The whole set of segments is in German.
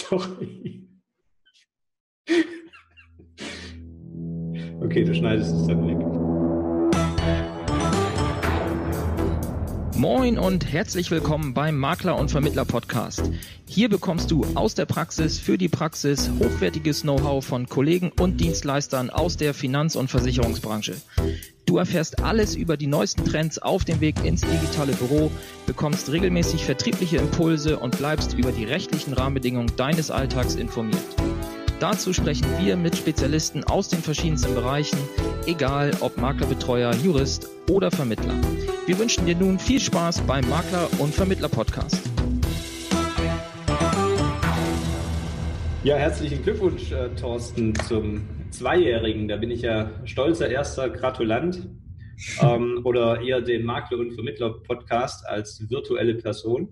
Sorry. Okay, du schneidest es dann weg. Moin und herzlich willkommen beim Makler und Vermittler Podcast. Hier bekommst du aus der Praxis für die Praxis hochwertiges Know-how von Kollegen und Dienstleistern aus der Finanz- und Versicherungsbranche. Du erfährst alles über die neuesten Trends auf dem Weg ins digitale Büro, bekommst regelmäßig vertriebliche Impulse und bleibst über die rechtlichen Rahmenbedingungen deines Alltags informiert. Dazu sprechen wir mit Spezialisten aus den verschiedensten Bereichen, egal ob Maklerbetreuer, Jurist oder Vermittler. Wir wünschen dir nun viel Spaß beim Makler- und Vermittler-Podcast. Ja, herzlichen Glückwunsch, Thorsten, zum Zweijährigen. Da bin ich ja stolzer erster Gratulant. Oder eher den Makler- und Vermittler-Podcast als virtuelle Person.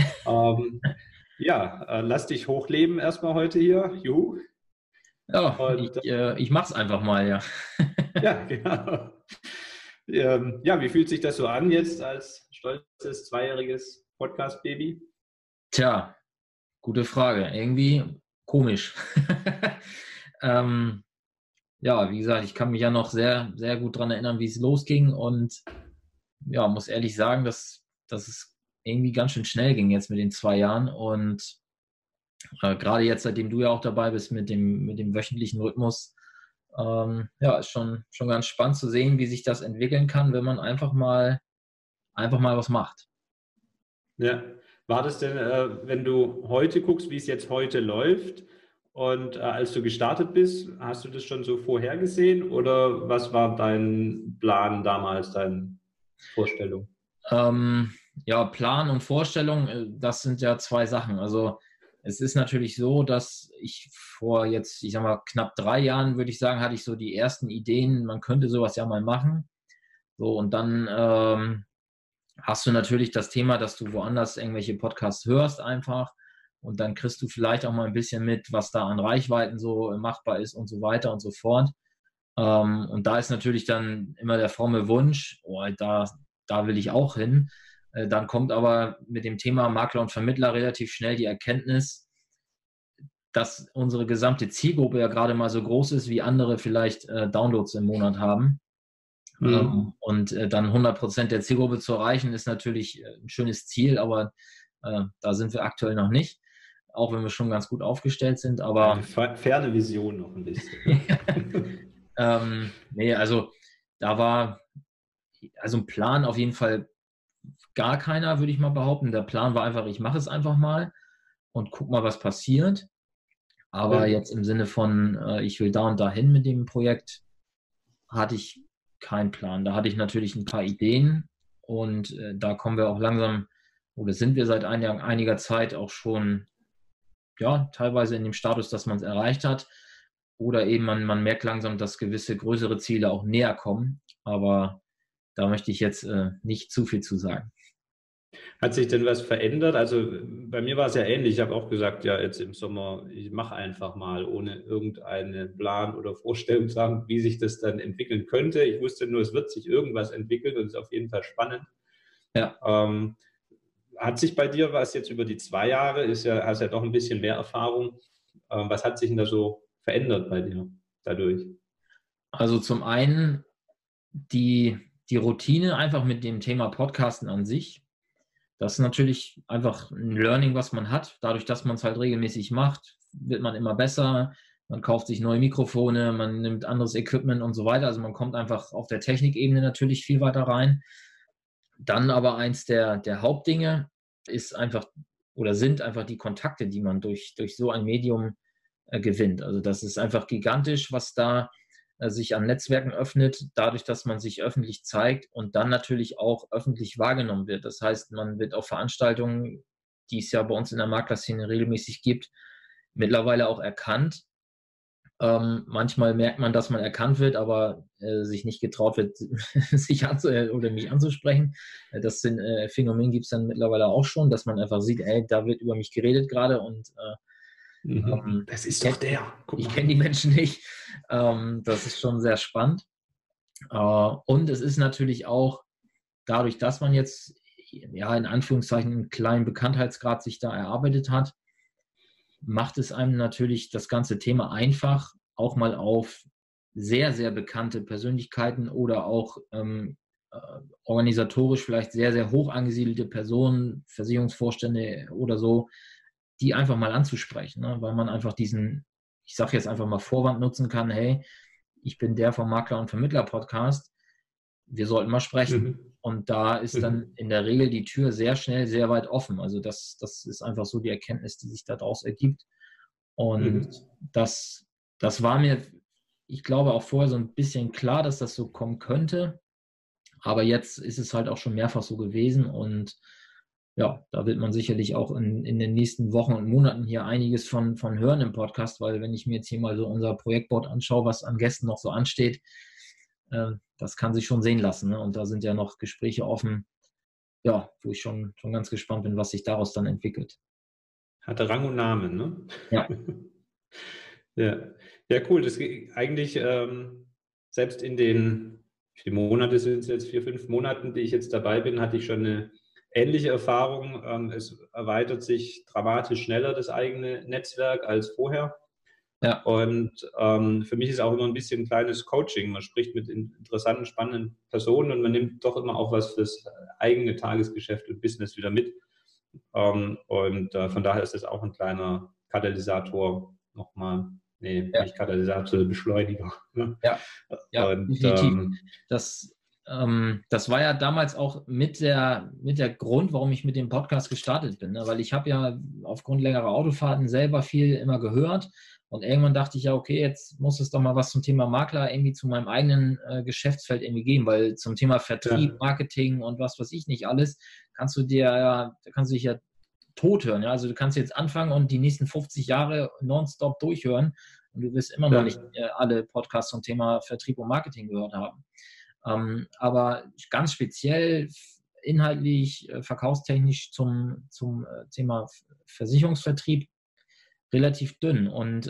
Lass dich hochleben erstmal heute hier. Juhu. Ja, ich mach's einfach mal, ja. Ja, genau. Wie fühlt sich das so an jetzt als stolzes zweijähriges Podcast-Baby? Tja, gute Frage. Irgendwie komisch. Wie gesagt, ich kann mich ja noch sehr, sehr gut daran erinnern, wie es losging und ja, muss ehrlich sagen, dass es irgendwie ganz schön schnell ging jetzt mit den 2 Jahren und gerade jetzt, seitdem du ja auch dabei bist mit dem wöchentlichen Rhythmus, ist schon ganz spannend zu sehen, wie sich das entwickeln kann, wenn man einfach mal was macht. Ja, war das denn, wenn du heute guckst, wie es jetzt heute läuft und als du gestartet bist, hast du das schon so vorhergesehen oder was war dein Plan damals, deine Vorstellung? Plan und Vorstellung, das sind ja 2 Sachen. Also es ist natürlich so, dass ich vor jetzt, ich sag mal, knapp 3 Jahren, würde ich sagen, hatte ich so die ersten Ideen, man könnte sowas ja mal machen. So, und dann hast du natürlich das Thema, dass du woanders irgendwelche Podcasts hörst einfach und dann kriegst du vielleicht auch mal ein bisschen mit, was da an Reichweiten so machbar ist und so weiter und so fort. Und da ist natürlich dann immer der fromme Wunsch, da will ich auch hin. Dann kommt aber mit dem Thema Makler und Vermittler relativ schnell die Erkenntnis, dass unsere gesamte Zielgruppe ja gerade mal so groß ist, wie andere vielleicht Downloads im Monat haben. Dann 100% der Zielgruppe zu erreichen, ist natürlich ein schönes Ziel, aber da sind wir aktuell noch nicht, auch wenn wir schon ganz gut aufgestellt sind. Aber eine ferne Vision noch ein bisschen. Also da war ein Plan auf jeden Fall gar keiner, würde ich mal behaupten. Der Plan war einfach, ich mache es einfach mal und guck mal, was passiert. Aber jetzt im Sinne von, ich will da und dahin mit dem Projekt, hatte ich keinen Plan. Da hatte ich natürlich ein paar Ideen und da kommen wir auch langsam, oder sind wir seit einiger Zeit auch schon, ja, teilweise in dem Status, dass man es erreicht hat. Oder eben man merkt langsam, dass gewisse größere Ziele auch näher kommen. Aber da möchte ich jetzt nicht zu viel zu sagen. Hat sich denn was verändert? Also bei mir war es ja ähnlich. Ich habe auch gesagt, ja, jetzt im Sommer, ich mache einfach mal, ohne irgendeinen Plan oder Vorstellung zu haben, wie sich das dann entwickeln könnte. Ich wusste nur, es wird sich irgendwas entwickeln und es ist auf jeden Fall spannend. Ja. Hat sich bei dir was jetzt über die 2 Jahre, hast ja doch ein bisschen mehr Erfahrung. Was hat sich denn da so verändert bei dir dadurch? Also zum einen die Routine einfach mit dem Thema Podcasten an sich. Das ist natürlich einfach ein Learning, was man hat. Dadurch, dass man es halt regelmäßig macht, wird man immer besser. Man kauft sich neue Mikrofone, man nimmt anderes Equipment und so weiter. Also man kommt einfach auf der Technikebene natürlich viel weiter rein. Dann aber eins der Hauptdinge ist einfach oder sind einfach die Kontakte, die man durch so ein Medium gewinnt. Also das ist einfach gigantisch, was da sich an Netzwerken öffnet, dadurch, dass man sich öffentlich zeigt und dann natürlich auch öffentlich wahrgenommen wird. Das heißt, man wird auf Veranstaltungen, die es ja bei uns in der Maklerszene regelmäßig gibt, mittlerweile auch erkannt. Manchmal merkt man, dass man erkannt wird, aber sich nicht getraut wird, mich anzusprechen. Das Phänomen gibt es dann mittlerweile auch schon, dass man einfach sieht, da wird über mich geredet gerade und das ist doch der. Ich kenne die Menschen nicht. Das ist schon sehr spannend. Und es ist natürlich auch dadurch, dass man jetzt in Anführungszeichen einen kleinen Bekanntheitsgrad sich da erarbeitet hat, macht es einem natürlich das ganze Thema einfach, auch mal auf sehr, sehr bekannte Persönlichkeiten oder auch organisatorisch vielleicht sehr, sehr hoch angesiedelte Personen, Versicherungsvorstände oder so, die einfach mal anzusprechen, ne? Weil man einfach diesen, ich sage jetzt einfach mal Vorwand nutzen kann, hey, ich bin der vom Makler- und Vermittler-Podcast, wir sollten mal sprechen. Mhm. Und da ist dann in der Regel die Tür sehr schnell, sehr weit offen. Also das ist einfach so die Erkenntnis, die sich daraus ergibt. Und das war mir, ich glaube, auch vorher so ein bisschen klar, dass das so kommen könnte. Aber jetzt ist es halt auch schon mehrfach so gewesen. Und ja, da wird man sicherlich auch in den nächsten Wochen und Monaten hier einiges von hören im Podcast, weil wenn ich mir jetzt hier mal so unser Projektboard anschaue, was an Gästen noch so ansteht, das kann sich schon sehen lassen. Ne? Und da sind ja noch Gespräche offen, ja, wo ich schon ganz gespannt bin, was sich daraus dann entwickelt. Hatte Rang und Namen, ne? Ja. Ja, cool. Das eigentlich selbst in den, wie viele Monate sind es jetzt, 4, 5 Monaten, die ich jetzt dabei bin, hatte ich schon eine ähnliche Erfahrung. Es erweitert sich dramatisch schneller das eigene Netzwerk als vorher. Ja. Und für mich ist auch immer ein bisschen ein kleines Coaching. Man spricht mit interessanten, spannenden Personen und man nimmt doch immer auch was fürs eigene Tagesgeschäft und Business wieder mit. Von daher ist das auch ein kleiner Katalysator nochmal. Nee, nicht Katalysator, Beschleuniger. Ne? Ja, und, definitiv. Das war ja damals auch mit der Grund, warum ich mit dem Podcast gestartet bin. Ne? Weil ich habe ja aufgrund längerer Autofahrten selber viel immer gehört. Und irgendwann dachte ich ja, okay, jetzt muss es doch mal was zum Thema Makler irgendwie zu meinem eigenen Geschäftsfeld irgendwie geben, weil zum Thema Vertrieb, Marketing und was weiß ich nicht alles, kannst du dich ja tot hören. Ja? Also du kannst jetzt anfangen und die nächsten 50 Jahre nonstop durchhören und du wirst immer noch nicht alle Podcasts zum Thema Vertrieb und Marketing gehört haben. Aber ganz speziell inhaltlich, verkaufstechnisch zum Thema Versicherungsvertrieb relativ dünn. Und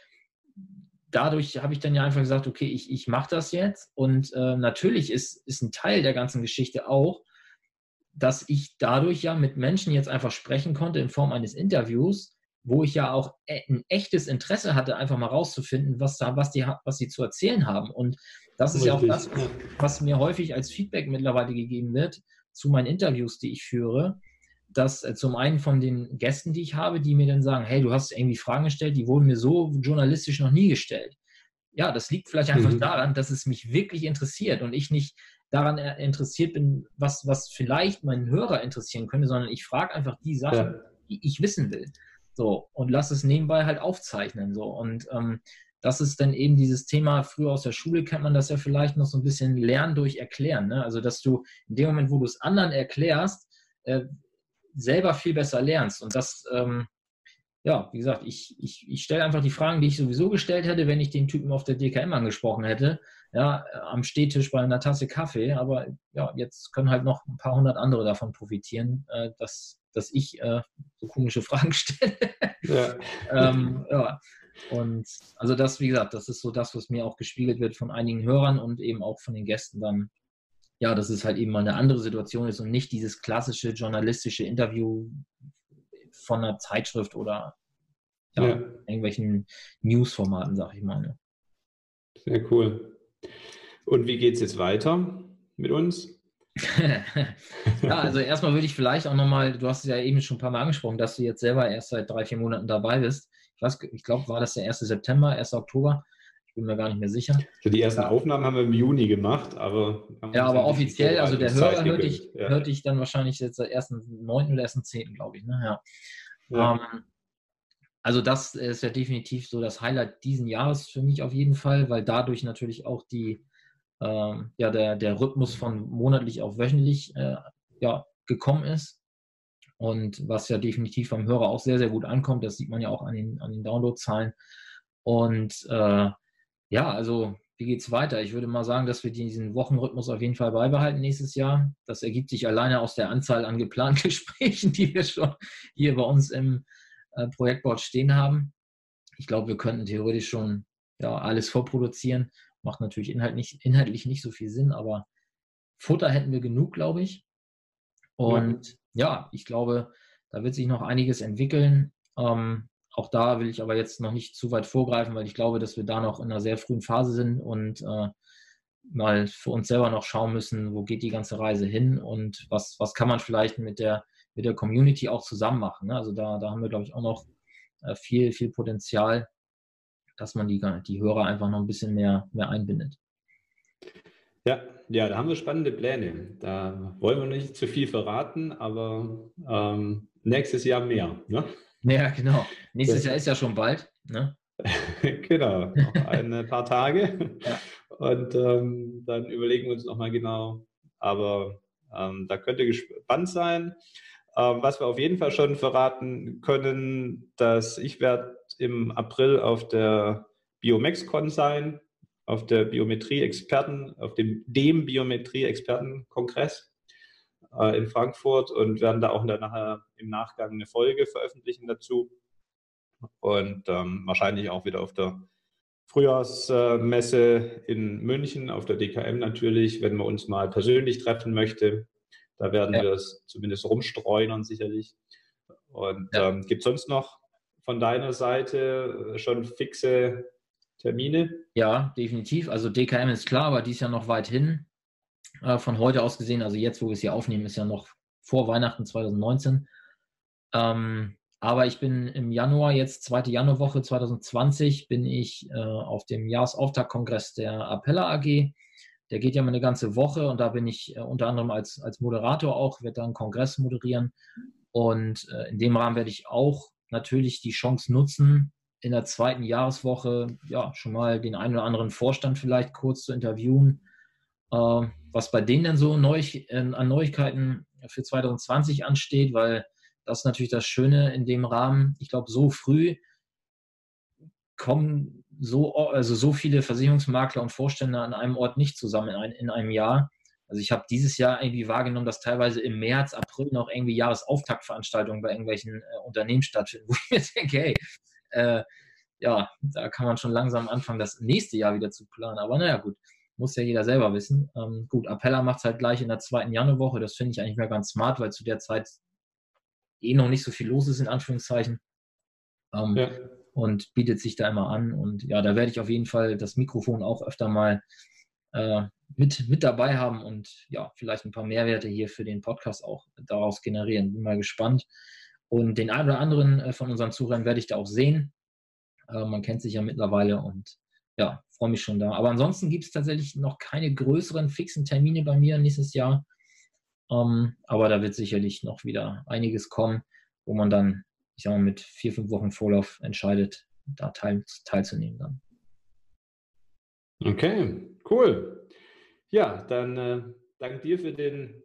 dadurch habe ich dann ja einfach gesagt, okay, ich mache das jetzt. Und natürlich ist ein Teil der ganzen Geschichte auch, dass ich dadurch ja mit Menschen jetzt einfach sprechen konnte in Form eines Interviews, wo ich ja auch ein echtes Interesse hatte, einfach mal rauszufinden, was sie zu erzählen haben. Und das ist ja auch das, was mir häufig als Feedback mittlerweile gegeben wird zu meinen Interviews, die ich führe, dass zum einen von den Gästen, die ich habe, die mir dann sagen, hey, du hast irgendwie Fragen gestellt, die wurden mir so journalistisch noch nie gestellt. Ja, das liegt vielleicht einfach daran, dass es mich wirklich interessiert und ich nicht daran interessiert bin, was vielleicht meinen Hörer interessieren könnte, sondern ich frage einfach die Sachen, die ich wissen will. So, und lass es nebenbei halt aufzeichnen. So. Und das ist dann eben dieses Thema, früher aus der Schule kennt man das ja vielleicht noch so ein bisschen Lernen durch Erklären. Ne? Also, dass du in dem Moment, wo du es anderen erklärst, selber viel besser lernst. Und das, wie gesagt, ich stelle einfach die Fragen, die ich sowieso gestellt hätte, wenn ich den Typen auf der DKM angesprochen hätte, ja, am Stehtisch bei einer Tasse Kaffee. Aber ja, jetzt können halt noch ein paar hundert andere davon profitieren, dass ich so komische Fragen stelle. Und also das, wie gesagt, das ist so das, was mir auch gespiegelt wird von einigen Hörern und eben auch von den Gästen dann. Ja, dass es halt eben mal eine andere Situation ist und nicht dieses klassische journalistische Interview von einer Zeitschrift oder irgendwelchen Newsformaten, sag ich mal. Ne? Sehr cool. Und wie geht es jetzt weiter mit uns? Ja, also erstmal würde ich vielleicht auch nochmal, du hast es ja eben schon ein paar Mal angesprochen, dass du jetzt selber erst seit 3, 4 Monaten dabei bist. Ich glaube, war das der 1. September, 1. Oktober? Ich bin mir gar nicht mehr sicher. Also die ersten Aufnahmen haben wir im Juni gemacht, aber... Ja, aber offiziell, also der Hörer hörte ich dann wahrscheinlich jetzt seit 1.9. oder 1.10., glaube ich. Ne? Ja. Also das ist ja definitiv so das Highlight diesen Jahres für mich auf jeden Fall, weil dadurch natürlich auch der Rhythmus von monatlich auf wöchentlich gekommen ist. Und was ja definitiv beim Hörer auch sehr, sehr gut ankommt, das sieht man ja auch an den Downloadzahlen. Und also wie geht es weiter? Ich würde mal sagen, dass wir diesen Wochenrhythmus auf jeden Fall beibehalten nächstes Jahr. Das ergibt sich alleine aus der Anzahl an geplanten Gesprächen, die wir schon hier bei uns im Projektboard stehen haben. Ich glaube, wir könnten theoretisch schon alles vorproduzieren. Macht natürlich inhaltlich nicht so viel Sinn, aber Futter hätten wir genug, glaube ich. Und ich glaube, da wird sich noch einiges entwickeln. Auch da will ich aber jetzt noch nicht zu weit vorgreifen, weil ich glaube, dass wir da noch in einer sehr frühen Phase sind und mal für uns selber noch schauen müssen, wo geht die ganze Reise hin und was kann man vielleicht mit der Community auch zusammen machen. Ne? Also da haben wir, glaube ich, auch noch viel Potenzial, dass man die Hörer einfach noch ein bisschen mehr einbindet. Ja, da haben wir spannende Pläne. Da wollen wir nicht zu viel verraten, aber nächstes Jahr mehr. Ne? Ja, genau. Nächstes Jahr ist ja schon bald. Ne? Genau, noch ein paar Tage. Ja. Und dann überlegen wir uns nochmal genau. Aber da könnte gespannt sein. Was wir auf jeden Fall schon verraten können, dass ich werde im April auf der BioMexCon sein, auf der Biometrie-Experten, auf dem Biometrie-Experten-Kongress in Frankfurt und werden da auch nachher im Nachgang eine Folge veröffentlichen dazu. Und wahrscheinlich auch wieder auf der Frühjahrsmesse in München, auf der DKM natürlich, wenn man uns mal persönlich treffen möchte. Da werden wir es zumindest rumstreunern sicherlich. Und gibt es sonst noch von deiner Seite schon fixe Termine? Ja, definitiv. Also DKM ist klar, aber die ist ja noch weit hin. Von heute aus gesehen, also jetzt, wo wir es hier aufnehmen, ist ja noch vor Weihnachten 2019. Aber ich bin im Januar, jetzt zweite Januarwoche 2020, bin ich auf dem Jahresauftaktkongress der Appella AG. Der geht ja mal eine ganze Woche und da bin ich unter anderem als Moderator auch, werde da einen Kongress moderieren. Und in dem Rahmen werde ich auch natürlich die Chance nutzen, in der zweiten Jahreswoche ja schon mal den einen oder anderen Vorstand vielleicht kurz zu interviewen, was bei denen denn so an Neuigkeiten für 2020 ansteht, weil das ist natürlich das Schöne in dem Rahmen. Ich glaube, so früh kommen so viele Versicherungsmakler und Vorstände an einem Ort nicht zusammen in einem Jahr. Also ich habe dieses Jahr irgendwie wahrgenommen, dass teilweise im März, April noch irgendwie Jahresauftaktveranstaltungen bei irgendwelchen Unternehmen stattfinden, wo ich mir denke, hey, ja, da kann man schon langsam anfangen, das nächste Jahr wieder zu planen. Aber naja, gut, muss ja jeder selber wissen. Gut, Appella macht es halt gleich in der zweiten Januarwoche. Das finde ich eigentlich mal ganz smart, weil zu der Zeit noch nicht so viel los ist, in Anführungszeichen. Und bietet sich da immer an. Und ja, da werde ich auf jeden Fall das Mikrofon auch öfter mal mit dabei haben und ja, vielleicht ein paar Mehrwerte hier für den Podcast auch daraus generieren. Bin mal gespannt. Und den einen oder anderen von unseren Zuhörern werde ich da auch sehen. Man kennt sich ja mittlerweile und ja, freue mich schon da. Aber ansonsten gibt es tatsächlich noch keine größeren fixen Termine bei mir nächstes Jahr. Aber da wird sicherlich noch wieder einiges kommen, wo man dann, ich sag mal, mit 4-5 Wochen Vorlauf entscheidet, da teilzunehmen dann. Okay, cool. Ja, dann danke dir für den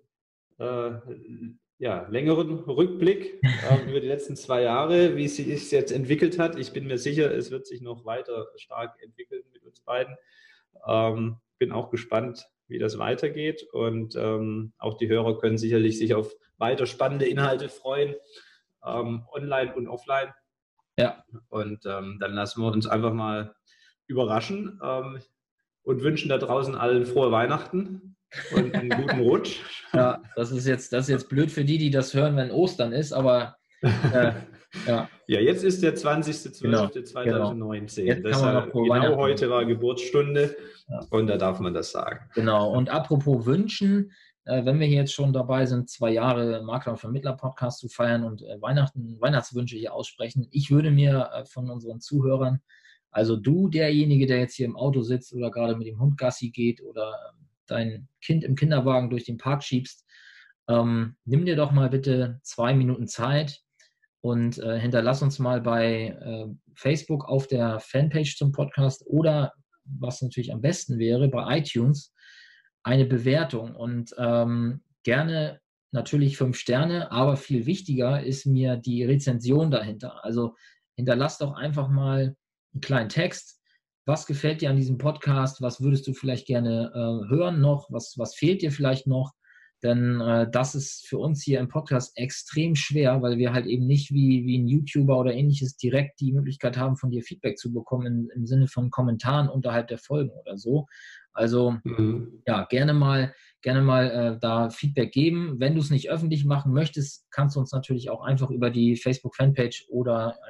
längeren Rückblick über die letzten 2 Jahre, wie es sich jetzt entwickelt hat. Ich bin mir sicher, es wird sich noch weiter stark entwickeln mit uns beiden. Bin auch gespannt, wie das weitergeht und auch die Hörer können sicherlich sich auf weiter spannende Inhalte freuen, online und offline. Ja. Und dann lassen wir uns einfach mal überraschen und wünschen da draußen allen frohe Weihnachten und einen guten Rutsch. Ja, das ist jetzt blöd für die das hören, wenn Ostern ist, aber ja. Ja, jetzt ist der 20.12.2019. Jetzt kann man noch genau heute war Geburtsstunde und da darf man das sagen. Genau, und apropos Wünschen, wenn wir hier jetzt schon dabei sind, 2 Jahre Makler- und Vermittler-Podcast zu feiern und Weihnachtswünsche hier aussprechen, ich würde mir von unseren Zuhörern, also du, derjenige, der jetzt hier im Auto sitzt oder gerade mit dem Hund Gassi geht oder dein Kind im Kinderwagen durch den Park schiebst, nimm dir doch mal bitte 2 Minuten Zeit und hinterlass uns mal bei Facebook auf der Fanpage zum Podcast oder, was natürlich am besten wäre, bei iTunes eine Bewertung und gerne natürlich 5 Sterne, aber viel wichtiger ist mir die Rezension dahinter. Also hinterlass doch einfach mal einen kleinen Text. Was gefällt dir an diesem Podcast? Was würdest du vielleicht gerne hören noch? Was fehlt dir vielleicht noch? Denn das ist für uns hier im Podcast extrem schwer, weil wir halt eben nicht wie ein YouTuber oder ähnliches direkt die Möglichkeit haben, von dir Feedback zu bekommen im Sinne von Kommentaren unterhalb der Folgen oder so. Also ja, gerne mal da Feedback geben. Wenn du es nicht öffentlich machen möchtest, kannst du uns natürlich auch einfach über die Facebook-Fanpage oder eine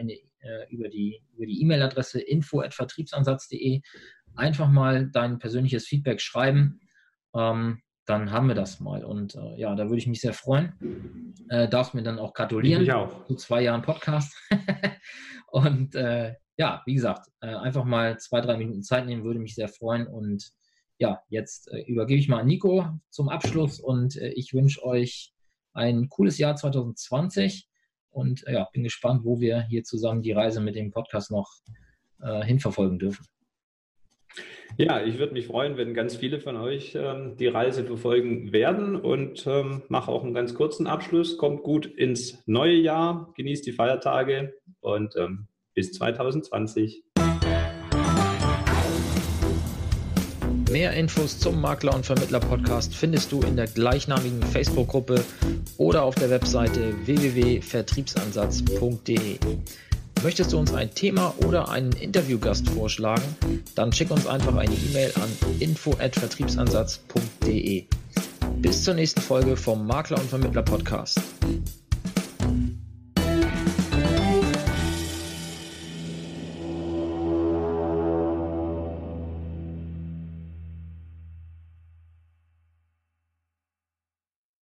über die E-Mail-Adresse info@vertriebsansatz.de einfach mal dein persönliches Feedback schreiben. Dann haben wir das mal. Und da würde ich mich sehr freuen. Darfst mir dann auch gratulieren. Ich auch. Zu 2 Jahren Podcast. Und wie gesagt, einfach mal 2-3 Minuten Zeit nehmen, würde mich sehr freuen. Und jetzt übergebe ich mal an Nico zum Abschluss und ich wünsche euch ein cooles Jahr 2020 und bin gespannt, wo wir hier zusammen die Reise mit dem Podcast noch hinverfolgen dürfen. Ja, ich würde mich freuen, wenn ganz viele von euch die Reise verfolgen werden und mache auch einen ganz kurzen Abschluss. Kommt gut ins neue Jahr, genießt die Feiertage und bis 2020. Mehr Infos zum Makler- und Vermittler-Podcast findest du in der gleichnamigen Facebook-Gruppe oder auf der Webseite www.vertriebsansatz.de. Möchtest du uns ein Thema oder einen Interviewgast vorschlagen? Dann schick uns einfach eine E-Mail an info@vertriebsansatz.de. Bis zur nächsten Folge vom Makler- und Vermittler-Podcast.